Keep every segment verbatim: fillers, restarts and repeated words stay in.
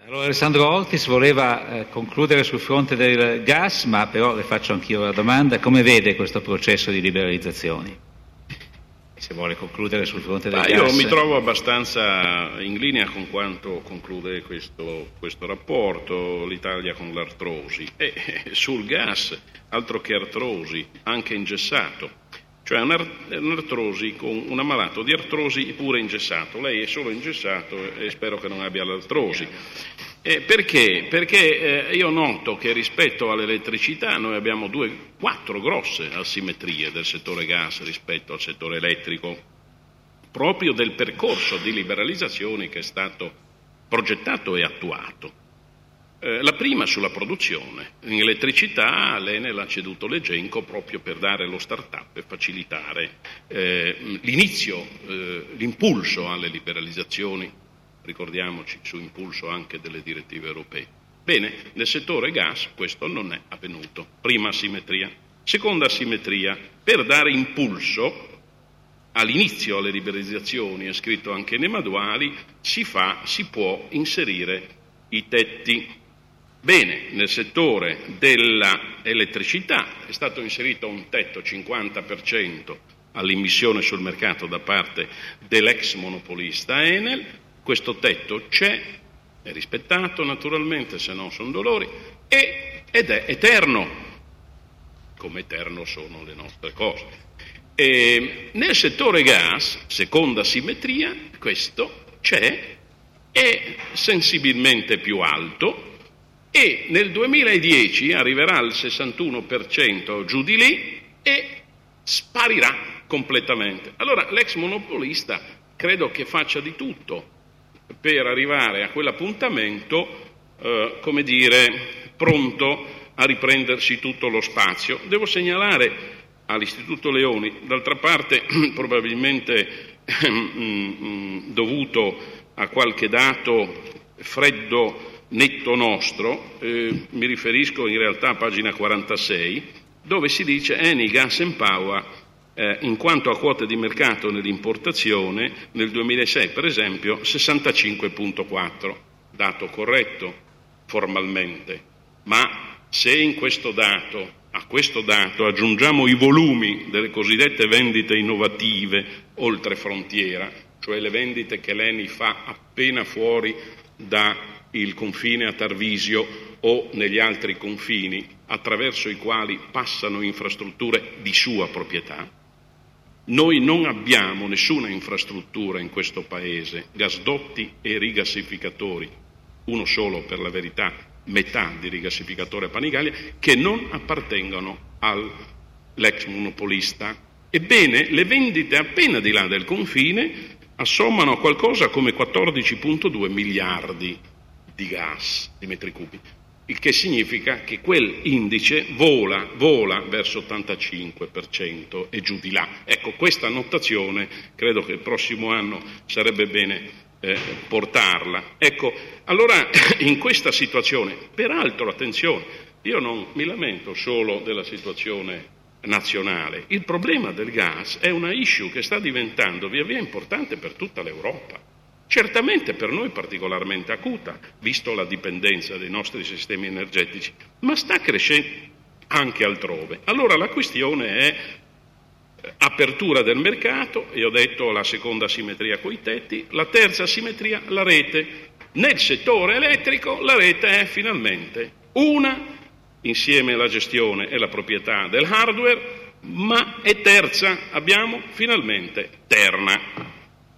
Allora, Alessandro Ortis voleva eh, concludere sul fronte del gas, ma però le faccio anch'io la domanda: come vede questo processo di liberalizzazioni? Se vuole concludere sul fronte del Ma gas. Io mi trovo abbastanza in linea con quanto conclude questo, questo rapporto, l'Italia con l'artrosi. E sul gas, altro che artrosi, anche ingessato. Cioè un'artrosi con un ammalato di artrosi pure ingessato. Lei è solo ingessato e spero che non abbia l'artrosi. Eh, perché? Perché eh, io noto che rispetto all'elettricità noi abbiamo due, quattro grosse asimmetrie del settore gas rispetto al settore elettrico, proprio del percorso di liberalizzazioni che è stato progettato e attuato. Eh, la prima sulla produzione. In elettricità l'Enel ha ceduto le Genco proprio per dare lo start-up e facilitare eh, l'inizio, eh, l'impulso alle liberalizzazioni, ricordiamoci, su impulso anche delle direttive europee. Bene, nel settore gas questo non è avvenuto. Prima asimmetria. Seconda asimmetria, per dare impulso all'inizio alle liberalizzazioni, è scritto anche nei manuali, si fa, si può inserire i tetti. Bene, nel settore dell'elettricità è stato inserito un tetto cinquanta per cento all'immissione sul mercato da parte dell'ex monopolista Enel. Questo tetto c'è, è rispettato naturalmente, se no sono dolori, e, ed è eterno, come eterno sono le nostre cose. E nel settore gas, seconda simmetria, questo c'è, è sensibilmente più alto e nel duemiladieci arriverà al sessantuno per cento giù di lì e sparirà completamente. Allora l'ex monopolista credo che faccia di tutto per arrivare a quell'appuntamento, eh, come dire, pronto a riprendersi tutto lo spazio. Devo segnalare all'Istituto Leoni, d'altra parte probabilmente dovuto a qualche dato freddo, netto nostro, eh, mi riferisco in realtà a pagina quarantasei, dove si dice Eni Gas and Power Eh, in quanto a quote di mercato nell'importazione, nel duemilasei per esempio sessantacinque virgola quattro, dato corretto formalmente, ma se in questo dato, a questo dato aggiungiamo i volumi delle cosiddette vendite innovative oltre frontiera, cioè le vendite che l'Eni fa appena fuori dal confine a Tarvisio o negli altri confini, attraverso i quali passano infrastrutture di sua proprietà, noi non abbiamo nessuna infrastruttura in questo Paese, gasdotti e rigassificatori, uno solo per la verità, metà di rigassificatore Panigaglia, che non appartengono all'ex monopolista. Ebbene, le vendite appena di là del confine assommano a qualcosa come quattordici virgola due miliardi di gas, di metri cubi, il che significa che quel indice vola, vola verso ottantacinque per cento e giù di là. Ecco, questa notazione credo che il prossimo anno sarebbe bene eh, portarla. Ecco, allora in questa situazione, peraltro attenzione, io non mi lamento solo della situazione nazionale, il problema del gas è una issue che sta diventando via via importante per tutta l'Europa. Certamente per noi particolarmente acuta, visto la dipendenza dei nostri sistemi energetici, ma sta crescendo anche altrove. Allora la questione è apertura del mercato, e ho detto la seconda simmetria coi tetti, la terza simmetria la rete. Nel settore elettrico la rete è finalmente una, insieme alla gestione e la proprietà del hardware, ma è terza, abbiamo finalmente Terna.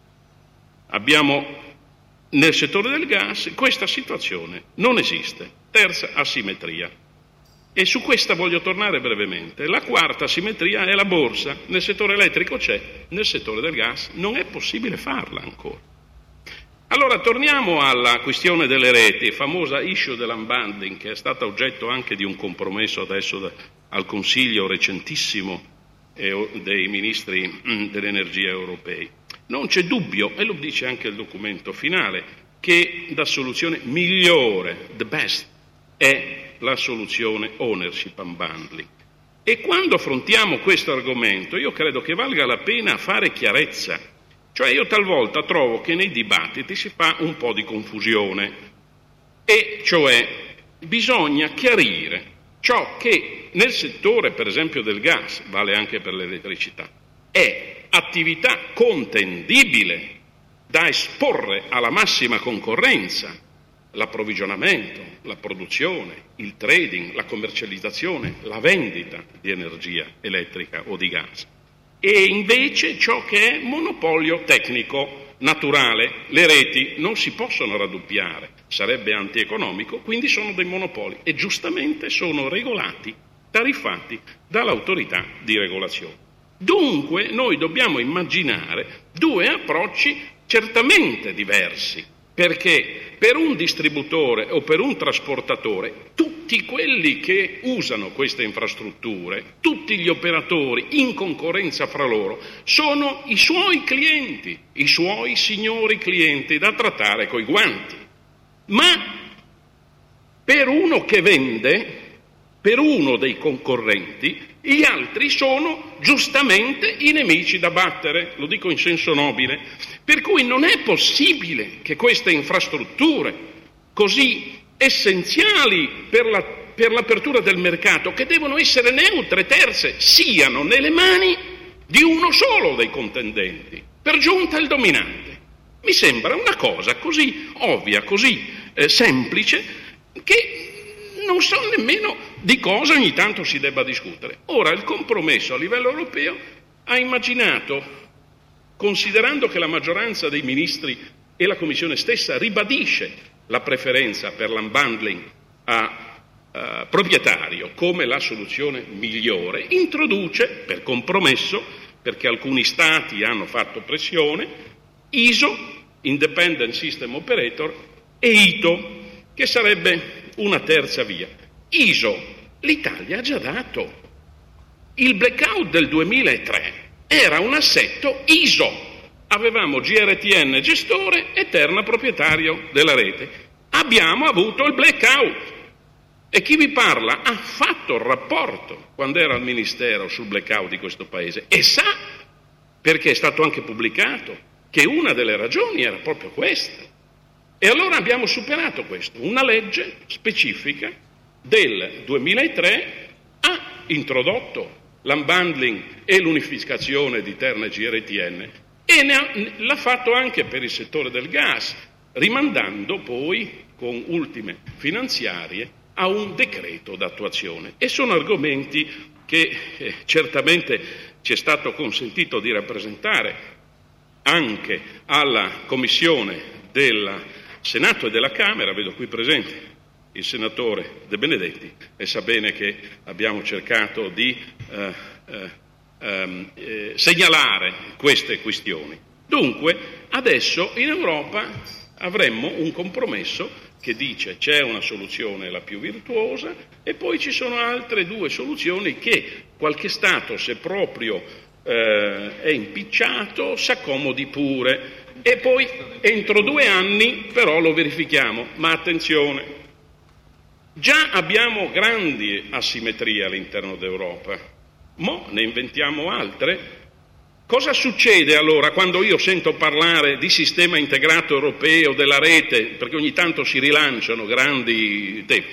Abbiamo nel settore del gas questa situazione, non esiste, terza asimmetria. E su questa voglio tornare brevemente. La quarta asimmetria è la borsa, nel settore elettrico c'è, nel settore del gas non è possibile farla ancora. Allora torniamo alla questione delle reti, famosa issue dell'unbundling, che è stata oggetto anche di un compromesso adesso da, al Consiglio recentissimo eh, dei ministri mh, dell'energia europei. Non c'è dubbio, e lo dice anche il documento finale, che la soluzione migliore, the best, è la soluzione ownership unbundling. E quando affrontiamo questo argomento io credo che valga la pena fare chiarezza. Cioè io talvolta trovo che nei dibattiti si fa un po' di confusione. e cioè bisogna chiarire ciò che nel settore, per esempio, del gas, vale anche per l'elettricità, è attività contendibile da esporre alla massima concorrenza: l'approvvigionamento, la produzione, il trading, la commercializzazione, la vendita di energia elettrica o di gas. E invece ciò che è monopolio tecnico naturale, le reti non si possono raddoppiare, sarebbe antieconomico, quindi sono dei monopoli e giustamente sono regolati, tariffati dall'autorità di regolazione. Dunque noi dobbiamo immaginare due approcci certamente diversi, perché per un distributore o per un trasportatore tutti quelli che usano queste infrastrutture, tutti gli operatori in concorrenza fra loro, sono i suoi clienti, i suoi signori clienti da trattare coi guanti. Ma per uno che vende, per uno dei concorrenti, gli altri sono giustamente i nemici da battere, lo dico in senso nobile, per cui non è possibile che queste infrastrutture così essenziali per, la, per l'apertura del mercato, che devono essere neutre, terze, siano nelle mani di uno solo dei contendenti, per giunta il dominante. Mi sembra una cosa così ovvia, così eh, semplice, che non so nemmeno di cosa ogni tanto si debba discutere. Ora, il compromesso a livello europeo ha immaginato, considerando che la maggioranza dei ministri e la Commissione stessa ribadisce la preferenza per l'unbundling a uh, proprietario come la soluzione migliore, introduce per compromesso, perché alcuni Stati hanno fatto pressione, I S O, Independent System Operator, e I T O, che sarebbe una terza via. I S O, l'Italia ha già dato. Il blackout del duemilatré era un assetto I S O. Avevamo G R T N gestore e Terna proprietario della rete. Abbiamo avuto il blackout. E chi vi parla ha fatto il rapporto quando era al Ministero sul blackout di questo Paese e sa, perché è stato anche pubblicato, che una delle ragioni era proprio questa. E allora abbiamo superato questo. Una legge specifica del duemilatré ha introdotto l'unbundling e l'unificazione di Terna e G R T N e ne ha, l'ha fatto anche per il settore del gas, rimandando poi con ultime finanziarie a un decreto d'attuazione. E sono argomenti che eh, certamente ci è stato consentito di rappresentare anche alla Commissione del Senato e della Camera. Vedo qui presente il senatore De Benedetti e sa bene che abbiamo cercato di eh, eh, eh, segnalare queste questioni. Dunque, adesso in Europa avremmo un compromesso che dice c'è una soluzione la più virtuosa e poi ci sono altre due soluzioni che qualche Stato, se proprio eh, è impicciato, s'accomodi pure. E poi entro due anni però lo verifichiamo. Ma attenzione, già abbiamo grandi asimmetrie all'interno d'Europa, mo ne inventiamo altre. Cosa succede allora quando io sento parlare di sistema integrato europeo, della rete, perché ogni tanto si rilanciano grandi temi?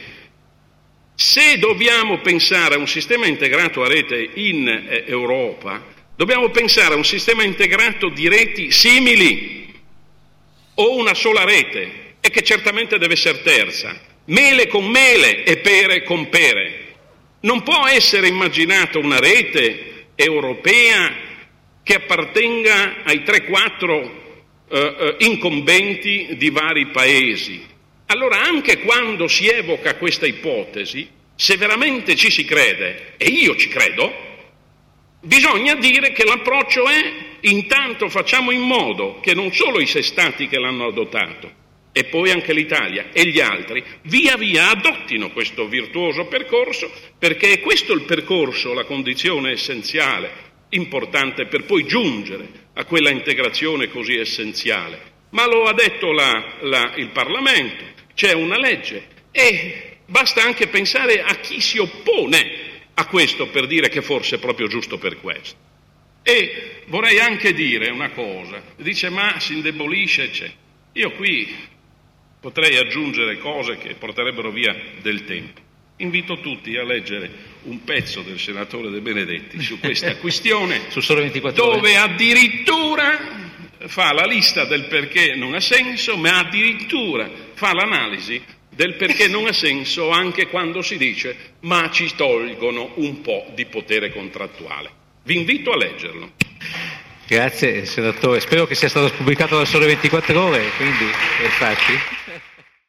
Se dobbiamo pensare a un sistema integrato a rete in eh, Europa, dobbiamo pensare a un sistema integrato di reti simili o una sola rete, e che certamente deve essere terza, mele con mele e pere con pere. Non può essere immaginata una rete europea che appartenga ai tre quattro eh, incombenti di vari paesi. Allora, anche quando si evoca questa ipotesi, se veramente ci si crede, e io ci credo, bisogna dire che l'approccio è: intanto facciamo in modo che non solo i sei stati che l'hanno adottato, e poi anche l'Italia e gli altri, via via adottino questo virtuoso percorso, perché è questo il percorso, la condizione essenziale, importante per poi giungere a quella integrazione così essenziale. Ma lo ha detto la, la, il Parlamento, c'è una legge e basta anche pensare a chi si oppone a questo per dire che forse è proprio giusto per questo. E vorrei anche dire una cosa, dice ma si indebolisce, c'è. Io qui Potrei aggiungere cose che porterebbero via del tempo. Invito tutti a leggere un pezzo del senatore De Benedetti su questa questione, su Sole ventiquattro Ore, dove addirittura fa la lista del perché non ha senso, ma addirittura fa l'analisi del perché non ha senso anche quando si dice ma ci tolgono un po' di potere contrattuale. Vi invito a leggerlo. Grazie senatore, spero che sia stato pubblicato da Sole ventiquattro Ore, quindi infatti.